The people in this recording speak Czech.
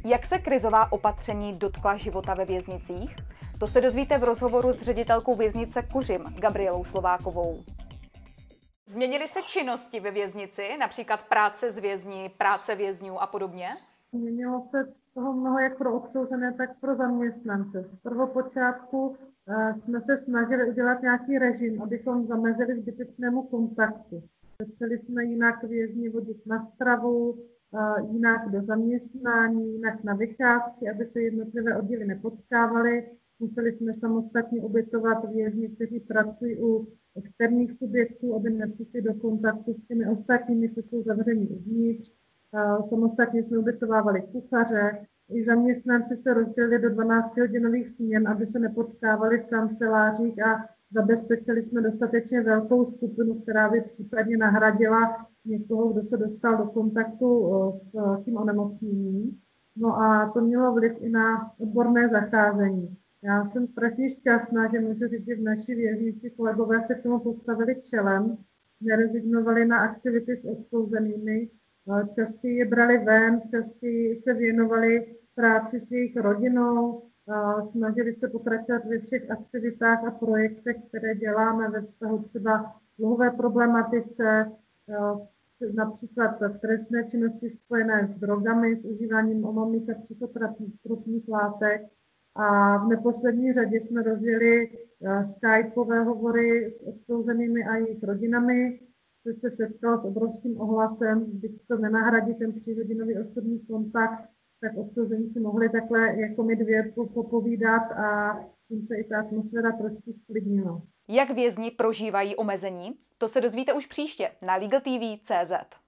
Jak se krizová opatření dotkla života ve věznicích? To se dozvíte v rozhovoru s ředitelkou věznice Kuřim, Gabrielou Slovákovou. Změnily se činnosti ve věznici, například práce s vězni, práce vězňů a podobně? Změnilo se toho mnoho jak pro odsouzené, tak pro zaměstnance. V prvopočátku jsme se snažili udělat nějaký režim, abychom zamezili zbytečnému kontaktu. Začali jsme jinak vězni vodit na stravu, jinak do zaměstnání, jinak na vycházky, aby se jednotlivé oddíly nepotkávaly. Museli jsme samostatně ubytovat vězni, kteří pracují u externích subjektů, aby nepřišli do kontaktu s těmi ostatními, co jsou zavření uvnitř. Samostatně jsme ubytovávali kuchaře. I zaměstnanci se rozdělili do 12hodinových směn, aby se nepotkávali v kancelářích a zabezpečili jsme dostatečně velkou skupinu, která by případně nahradila někoho, kdo se dostal do kontaktu s tím onemocněním. No a to mělo vliv i na odborné zacházení. Já jsem strašně šťastná, že můžu říct, že v naší věznici kolegové se k tomu postavili čelem, nerezignovali na aktivity s odsouzenými, častěji je brali ven, častěji se věnovali práci s jejich rodinou, snažili se pokračovat ve všech aktivitách a projektech, které děláme ve vztahu třeba k dluhové problematice, například trestné činnosti spojené s drogami, s užíváním omamných a psychotropních látek. A v neposlední řadě jsme rozjeli skypeové hovory s odsouzenými a jejich rodinami, což se setkalo s obrovským ohlasem, byť to nenahradí ten 3hodinový osobní kontakt, tak odsouzení si mohli takhle jako my dvě popovídat a tím se i ta atmosféra trošku sklidnila. Jak vězni prožívají omezení? To se dozvíte už příště na LegalTV.cz.